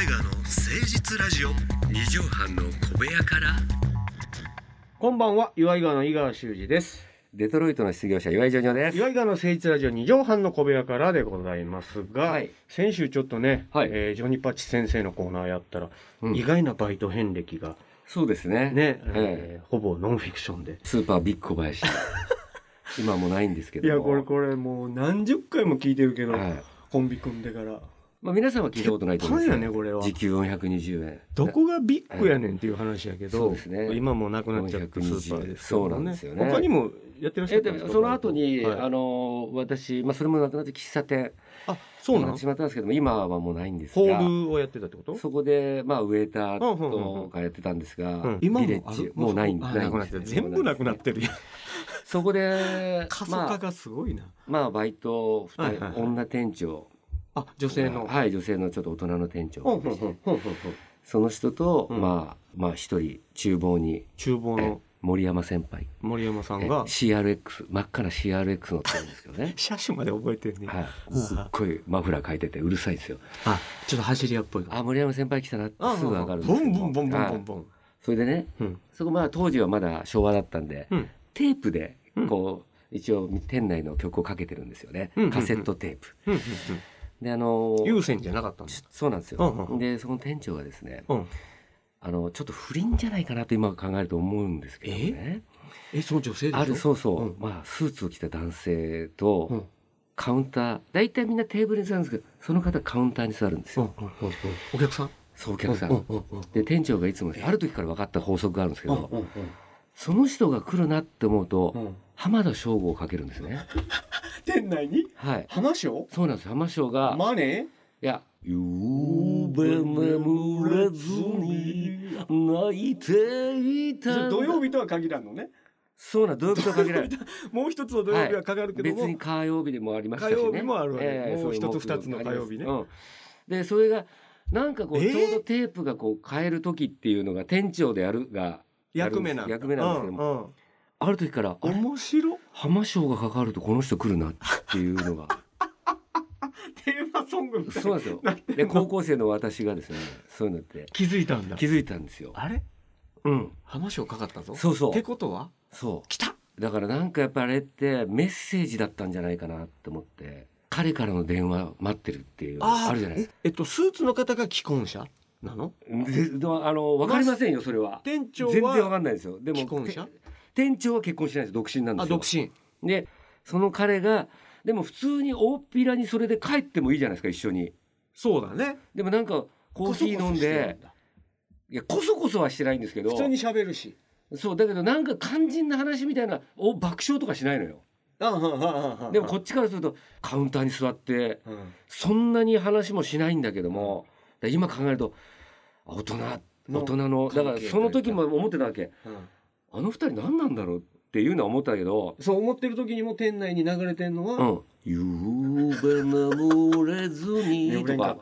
岩井川の誠実ラジオ。 二畳半の小部屋から。 こんばんは、岩井川の井川修司です。 デトロイトの失業者岩井ジョニオです。 岩井川の誠実ラジオ二畳半の小部屋からでございますが、 はい、 先週ちょっとね、 はい、 ジョニパチ先生のコーナーやったら、 意外なバイト遍歴がそうですね、 ほぼノンフィクションでスーパービッグ小林今もないんですけども、 いやこれもう何十回も聞いてるけど、コンビ組んでから、皆さんは聞いたことないと思うんですよね。これは時給420円、どこがビッグやねんっていう話やけど、そうですね、今もなくなっちゃったスーパーですけどね。そうなんですよね。他にもやってらっしゃったんですか？ その後に、私、それもなくなって喫茶店なってしまったんですけども、今はもうないんですが、 ホールをやってたってこと？ そこでウェイターとかやってたんですが、 今ももうないんです。 全部なくなってるやん。 そこで過疎化がすごいな。 バイト2人、女店長、 女性の、 女性のちょっと大人の店長、その人と一人厨房の森山先輩、森山さんが CRX 真っ赤な CRX 乗ってるんですけどね。 車種まで覚えてるね。 すっごいマフラー書いててうるさいですよ。 ちょっと走り屋っぽい。 森山先輩来たなってすぐ分かるんですけど、ボンボンボンボンボン。それでね、そこ当時はまだ昭和だったんで、テープでこう一応店内の曲をかけてるんですよね。カセットテープで、 有線じゃなかったんです。 そうなんですよ。でその店長がですね、ちょっと不倫じゃないかなと今考えると思うんですけどね。 その女性でしょ？ そうそう、スーツを着た男性とカウンター、大体みんなテーブルに座るんですけど、その方カウンターに座るんですよ。 お客さん？ そう、お客さんで、店長がいつもある時から分かった法則があるんですけど、その人が来るなって思うと浜田省吾をかけるんですね。 店内に？浜省？そうなんです。浜省がマネー？いや、 ゆうべ眠れずに泣いていた。 土曜日とは限らんのね。 そうな、土曜日とは限らん。 もう一つの土曜日はかかるけども、 別に火曜日でもありましたしね。 火曜日もあるわけ。もう一つ二つの火曜日ね。 でそれがなんかちょうどテープが変える時っていうのが店長でやるが役目なんですけども、 ある時から面白い浜省がかかるとこの人来るなっていうのがテーマソングみたいな。 そうなんですよ。で高校生の私がですね、そういうのって気づいたんですよ。 あれ？浜省かかったぞ。 そうそう。 ってことは？ そう。 来た。 だからなんかやっぱあれってメッセージだったんじゃないかなと思って、彼からの電話待ってるっていうあるじゃないですか。 スーツの方が既婚者なの？ わかりませんよ、それは。 店長は全然わかんないですよ。でも既婚者？ 店長は結婚してないです。独身なんですよ。 独身でその彼がでも普通に大っぴらにそれで帰ってもいいじゃないですか、一緒に。 そうだね。 でもなんかコーヒー飲んで、いやこそこそはしてないんですけど、 普通に喋るし。 そうだけどなんか肝心な話みたいな爆笑とかしないのよ。でもこっちからするとカウンターに座って、そんなに話もしないんだけども、今考えると大人のだからその時も思ってたわけ、あの二人何なんだろうっていうのは思ったけど、 そう思ってる時にも店内に流れてんのは 「ゆうべ眠れずに」とか、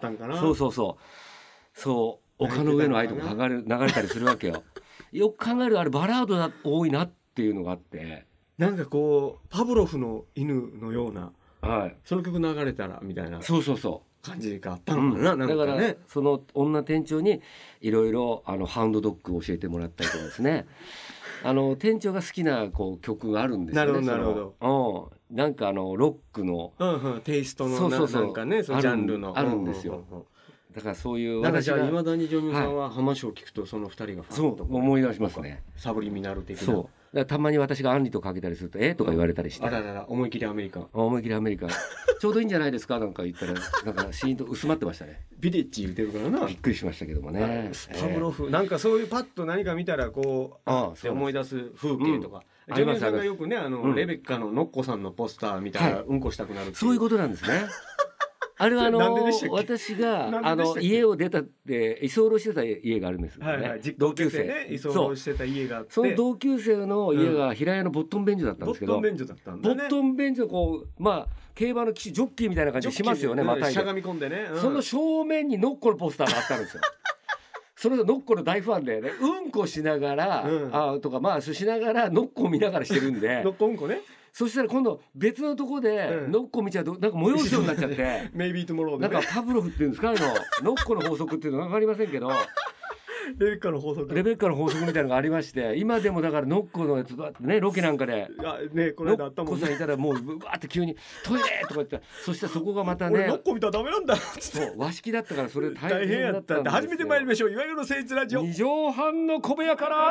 そう丘の上の愛とか流れたりするわけよ。よく考えるとあれバラードが多いなっていうのがあって、 なんかパブロフの犬のような、その曲流れたらみたいな感じがあったのかな。 だからその女店長にいろいろハウンドドッグを教えてもらったりとかですね。店長が好きな曲があるんですよね。 なるほど。 なんかロックのテイストのなんかね、そのジャンルのあるんですよ。だからそういうだからじゃあいまだにジョニオさんは浜省を聞くとその二人がそう思い出しますね。 サブリミナル的な。 そうだからたまに私がアンリとかけたりするととか言われたりして、 思い切りアメリカンちょうどいいんじゃないですかなんか言ったらなんかシーンと薄まってましたね。 ビレッジ言ってるからな。 びっくりしましたけどもね。 パブロフなんかそういうパッと何か見たらって思い出す風景とか、ジョニオさんがよくねレベッカのノッコさんのポスター見たらうんこしたくなる。 そういうことなんですね。あれは私が家を出たって居候してた家があるんですよね。同級生ね、居候してた家があって、 その同級生の家が平屋のボットン便所だったんですけど、ボットン便所競馬の騎手ジョッキーみたいな感じしますよね。またいでしゃがみ込んでね、 その正面にノッコのポスターがあったんですよ。それでノッコの大ファンでね、うんこしながらとかしながらノッコを見ながらしてるんで、 ノッコうんこね。 そしたら今度別のとこでノッコ見ちゃうとなんか催すようになっちゃってメイビートゥモローで、 ね、なんかパブロフっていうんですかノッコの法則っていうの分かりませんけどレベッカの法則みたいなのがありまして、今でもだからノッコのやつだってね、ロケなんかでこの間あったもんね、 ノッコさんいたらもうわーって急にトイレとか言って、そしたらそこがまたね、 俺ノッコ見たらダメなんだっつって、 和式だったからそれ大変だったんですよ。 初めて参りましょう、いわゆる誠実ラジオ 2畳半の小部屋から。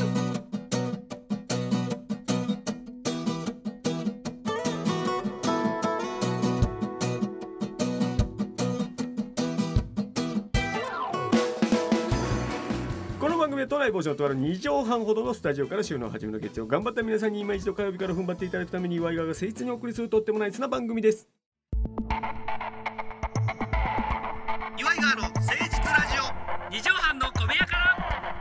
都内某所のとある2畳半ほどのスタジオから週の初めの月曜、頑張った皆さんに今一度火曜日から踏ん張っていただくために岩井川が誠実にお送りするとってもナイスな番組です。 岩井川の誠実ラジオ 2畳半の小部屋から。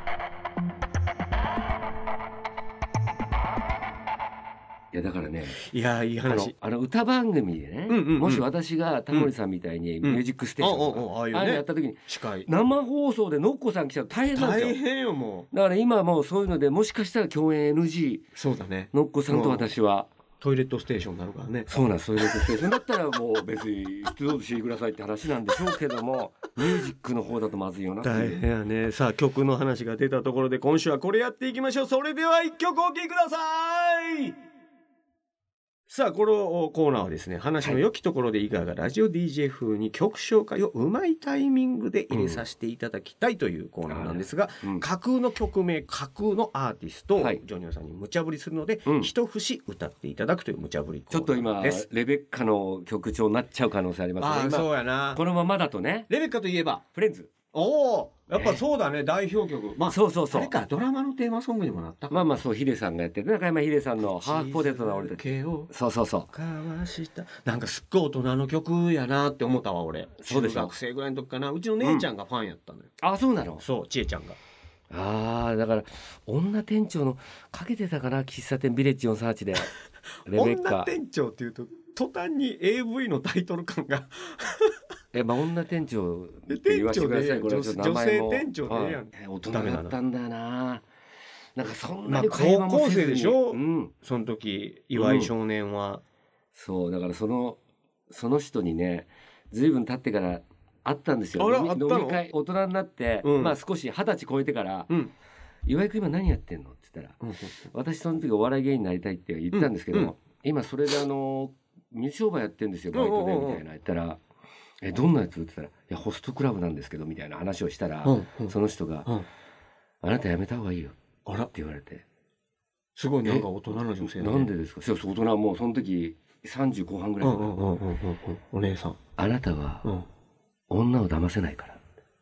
いやだからね、 いやいい話、 歌番組でね、もし私がタモリさんみたいにミュージックステーションとかああいうのやった時に生放送でノッコさん来ちゃうと大変なんですよ。 大変よもう。だから今もうそういうのでもしかしたら共演 NG。 そうだね、 ノッコさんと私はトイレットステーションになるからね。 そうなんです、トイレットステーションだったらもう別に出動してくださいって話なんでしょうけどもミュージックの方だとまずいよな。 大変やね。さあ曲の話が出たところで今週はこれやっていきましょう。それでは1曲お聴きください。さあこのコーナーはですね、話の良きところで井川がラジオ DJ 風に曲紹介をうまいタイミングで入れさせていただきたいというコーナーなんですが、架空の曲名、架空のアーティストをジョニオさんに無茶ぶりするので、一節歌っていただくという無茶ぶりコーナーです。 ちょっと今レベッカの曲調になっちゃう可能性ありますね。 そうやな。 このままだとね。 レベッカといえばフレンズ。 やっぱそうだね、代表曲。 そうあれか、ドラマのテーマソングにもなったか。そう、ヒデさんがやってる中山ヒデさんのハーフポテトな俺たち。そうかわしたなんかすっごい大人の曲やなって思ったわ俺。 そうです。 中学生ぐらいの時かな。うちの姉ちゃんがファンやったのよ。 そうなの。 そう、千恵ちゃんが。 だから女店長のかけてたかな、喫茶店ビレッジ438でレベッカ。 女店長っていうと途端に AV のタイトル感が女店長って言わせてください。これちょっと名前も女性店長でやん。 大人だったんだよな。なんかそんなに会話もせずに、 高校生でしょ、その時岩井少年は、 そうだからその人にね、ずいぶん経ってから会ったんですよ。飲み会、大人になって、少し20歳超えてから、岩井君今何やってんのって言ったら、私その時お笑い芸人になりたいって言ったんですけど、今それで水商売やってるんですよ、バイトでみたいな言ったら、どんなやつって言ったら、いやホストクラブなんですけどみたいな話をしたら、その人が、あなたやめた方がいいよって言われて、 すごいなんか大人の女性、 なんでですか。そう大人はもうその時30後半ぐらい、 お姉さん、 あなたは女を騙せないから。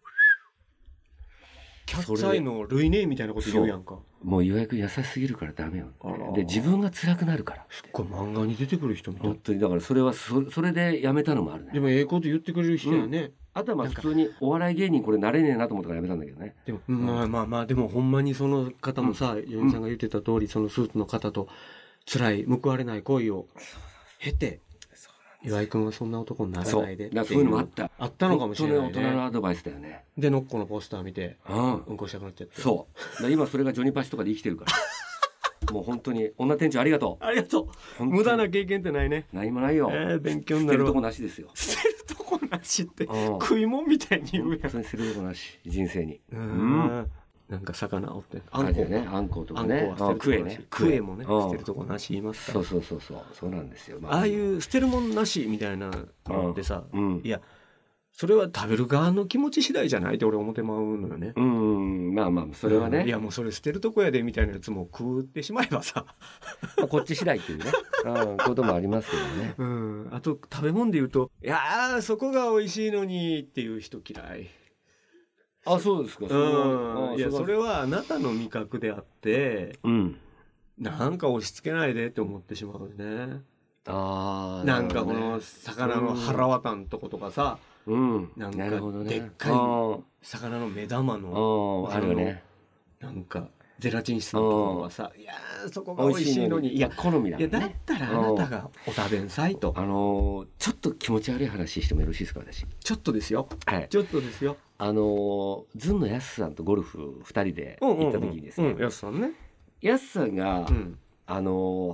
キャッツアイの類姉みたいなこと言うやんか。 もう岩井君優しすぎるからダメよで、自分が辛くなるから。 すっごい漫画に出てくる人みたい。 本当にだからそれはそれでやめたのもあるね。 でもこと言ってくれる人やね。 あとは普通にお笑い芸人これなれねえなと思ったからやめたんだけどね。 でもでもほんまにその方もさ、ヨネさんが言ってた通り、そのスーツの方と辛い報われない恋を経て、岩井君はそんな男にならないで。 そういうのもあったのかもしれないね。 大人のアドバイスだよね。 でノッコのポスター見てうんこしたくなっちゃって。 そう今それがジョニパチとかで生きてるからもう本当に女店長ありがとう。 ありがとう。無駄な経験ってないね。 何もないよ。 勉強になる。 捨てるとこなしですよ。 捨てるとこなしって食い物みたいに言うやん。 本当に捨てるとこなし、人生に。 なんか魚をってあんことかね、クエもね捨てるとこなし言いますから。 そうなんですよ。 ああいう捨てるもんなしみたいなのってさ、いやそれは食べる側の気持ち次第じゃないって俺思ってまうのよね。それはね、いやもうそれ捨てるとこやでみたいなやつも食ってしまえばさこっち次第っていうねこともありますけどね。あと食べ物で言うと、いやそこが美味しいのにっていう人嫌い。 そうですか。 いやそれはあなたの味覚であって、なんか押し付けないでって思ってしまうね。なんかこの魚の腹渡んとことかさ、なんかでっかい魚の目玉のあるよね。 なんかゼラチン質のところはさ、いやそこが美味しいのに、いや好みだね。 だったらあなたがお食べんさいと。 ちょっと気持ち悪い話してもよろしいですか。私ちょっとですよ。ちょっとですよ。 ずんのやすさんとゴルフ2人で行った時にですね、 やすさんね、 やすさんが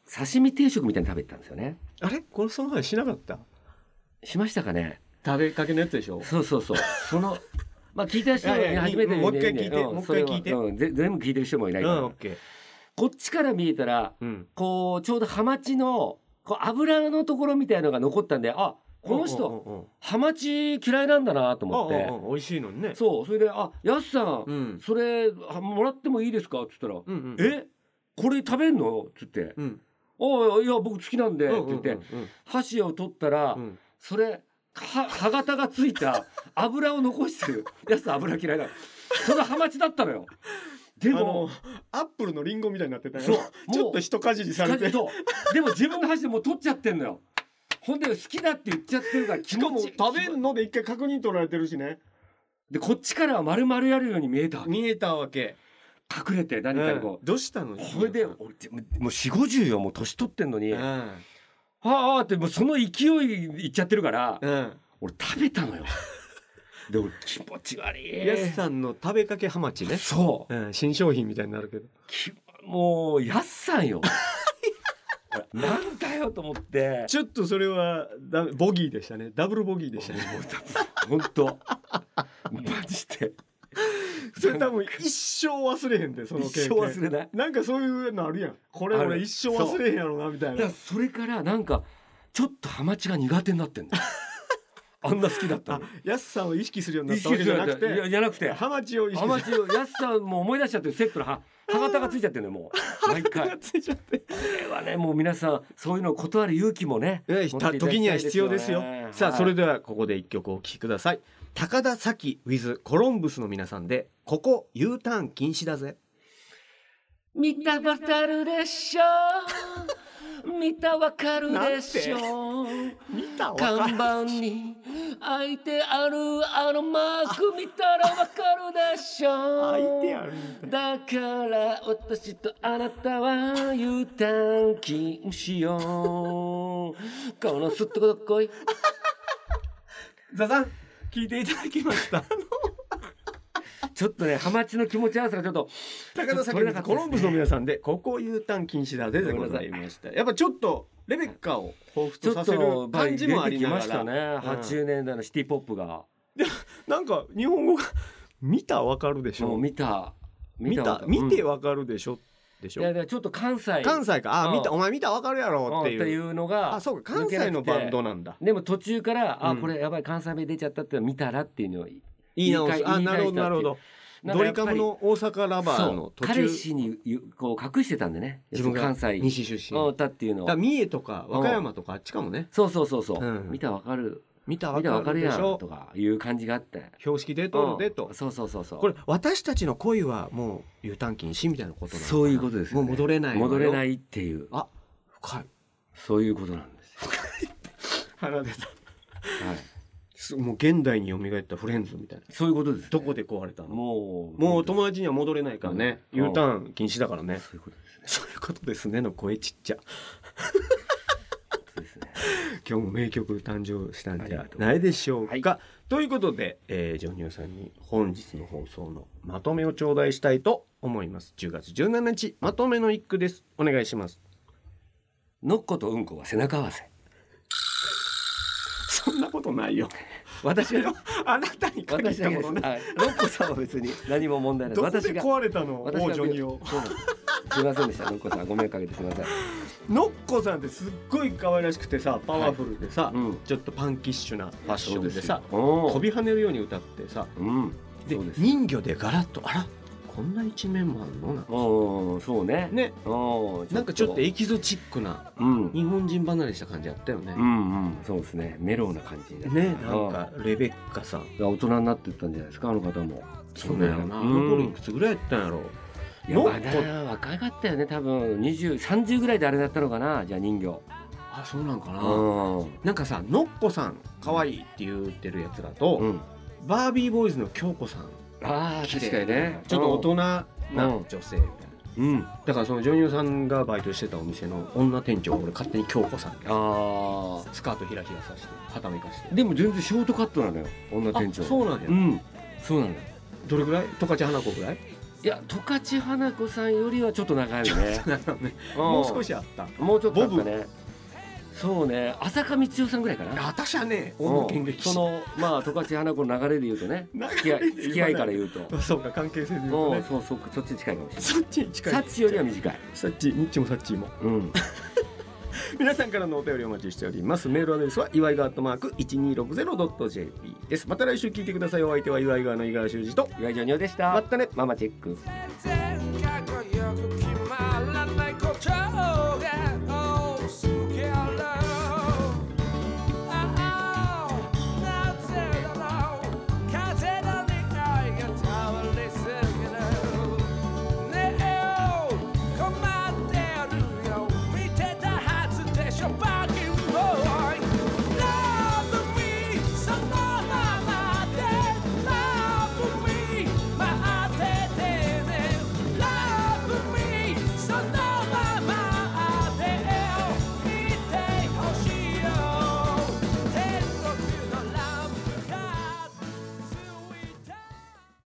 刺身定食みたいに食べてたんですよね。 あれこれその話しなかった？ しましたかね。 食べかけのやつでしょ。 そうそのまあ聞いた人に初めてもう一回聞いて、もう一回聞いて、 全部聞いてる人もいないから、こっちから見えたら、こうちょうどハマチのこう油のところみたいのが残ったんで、あ、この人ハマチ嫌いなんだなと思って、 美味しいのにね。 そう、それでやすさん、それもらってもいいですかって言ったら、え、これ食べんのって言って、いや僕好きなんでって言って、箸を取ったら、それ歯型がついた油を残してるやつ、油嫌いなの。そのハマチだったのよ。でもアップルのリンゴみたいになってたよ。ちょっと一かじりされて、 でも自分の箸でもう取っちゃってんのよ。ほんで好きだって言っちゃってるから、 しかも食べんので一回確認取られてるしね。 でこっちからは丸々やるように見えたわけ。 隠れて何かにこう、 どうしたの？ これで俺もう4、50よ、もう年取ってんのに、あってもうその勢いいっちゃってるから、俺食べたのよ。で俺気持ち悪い。 やすさんの食べかけハマチね。 そう、 新商品みたいになるけど、もうやすさんよ。なんだよと思って、 ちょっとそれはボギーでしたね。ダブルボギーでしたね。 本当マジで。 それ多分一生忘れへんで、その経験。 一生忘れない。 なんかそういうのあるやん。これ俺一生忘れへんやろなみたいな。 だからそれからなんかちょっとハマチが苦手になってんだよ。あんな好きだったの。 やすさんを意識するようになったわけじゃなくて、 じゃなくてハマチを意識する。 やすさんも思い出しちゃってる。セットの歯型がついちゃってるのよ、もう毎回。 ついちゃって。 これはね、もう皆さんそういうのを断る勇気もね、 時には必要ですよ。さあ、それではここで一曲お聴きください。高田早紀 with コロンブスの皆さんで、ここ U ターン禁止だぜ。 見たわかるでしょ、見たわかるでしょ、看板に書いてあるあのマーク見たらわかるでしょ。 書いてある。 だから私とあなたは U ターン禁止よ。このすっとこどっこい。 ザザン聞いていただきました。 ちょっとね、ハマチの気持ち悪さがちょっと高田早紀コロンブスの皆さんで、ここ U ターン禁止だでございました。やっぱちょっとレベッカを彷彿とさせる感じもありながら、 出てきましたね。80年代のシティポップが。 なんか日本語が見たわかるでしょ。見てわかるでしょ。でしょ。 いやちょっと関西か、お前見たわかるやろっていうのが、 そうか、関西のバンドなんだ。 でも途中からこれやばい、関西弁出ちゃったって見たらっていうのを言い直す。なるほどなるほど。ドリカムの大阪ラバーの途中、 彼氏にこう隠してたんでね、 自分が関西西出身だっていうのを。 三重とか和歌山とかあっちかもね。 そう、見たわかるやんとかいう感じがあって、 標識出とるでと。 そうこれ私たちの恋はもうU ターン禁止みたいなことなのかな。 そういうことですよね。 もう戻れないっていう。 あ、深い。 そういうことなんですよ。 鼻出た。はい。もう現代に蘇ったフレンズみたいな。 そういうことです。 どこで壊れたの？ もう友達には戻れないからね。U ターン禁止だからね。 そういうことですね。 そういうことですねの声ちっちゃ。今日も名曲誕生したんじゃないでしょうか。ということで、ジョニオさんに本日の放送のまとめを頂戴したいと思います。10月17日まとめの一句です。お願いします。 のっことうんこは背中合わせ。 そんなことないよ。 私があなたに限ったものね。 のっこさんは別に何も問題ない。 どこで壊れたの？王ジョニオ。 すいませんでした。のっこさんご迷惑かけてすいません。 のっこさんってすっごい可愛らしくてさ、パワフルでさ、ちょっとパンキッシュなファッションでさ、飛び跳ねるように歌ってさ、で人魚でガラッと、あらこんな一面もあるのな。 そうね。 なんかちょっとエキゾチックな日本人離れした感じあったよね。 そうですね。メロウな感じね。なんかレベッカさん大人になってったんじゃないですか、あの方も。 そうだよな。あの頃いくつぐらいやったんやろ。 いや、まだ若かったよね。多分20、30ぐらいであれだったのかな。じゃあ人魚。 あ、そうなんかな。なんかさ、のっこさん可愛いって言ってるやつだと、バービーボーイズの京子さん。 ああ、確かにね。 ちょっと大人な女性みたいな。だからそのジョニオさんがバイトしてたお店の女店長、俺勝手に京子さん。スカートひらひらさしてはためかして。 でも全然ショートカットなのよ、女店長。 そうなんや。 そうなのよ。 どれぐらい？十勝花子ぐらい？ いや十勝花子さんよりはちょっと長いよねもう少しあった。 もうちょっとあったね。そうね、浅香光代さんぐらいかな。 私はね、小野剣劇そのまあ十勝花子の流れで言うとね、付き合いから言うとそうか、関係性で言うとね、 そうそっちに近いかもしれない。 そっちに近い。 サッチよりは短い。 サッチ、ニッチもサッチも。皆さんからのお便りお待ちしております。メールアドレスは祝いが@1260.jp です。また来週聞いてください。お相手は祝いがの井川修司と岩井ジョニオでした。 またね、 ママチェック。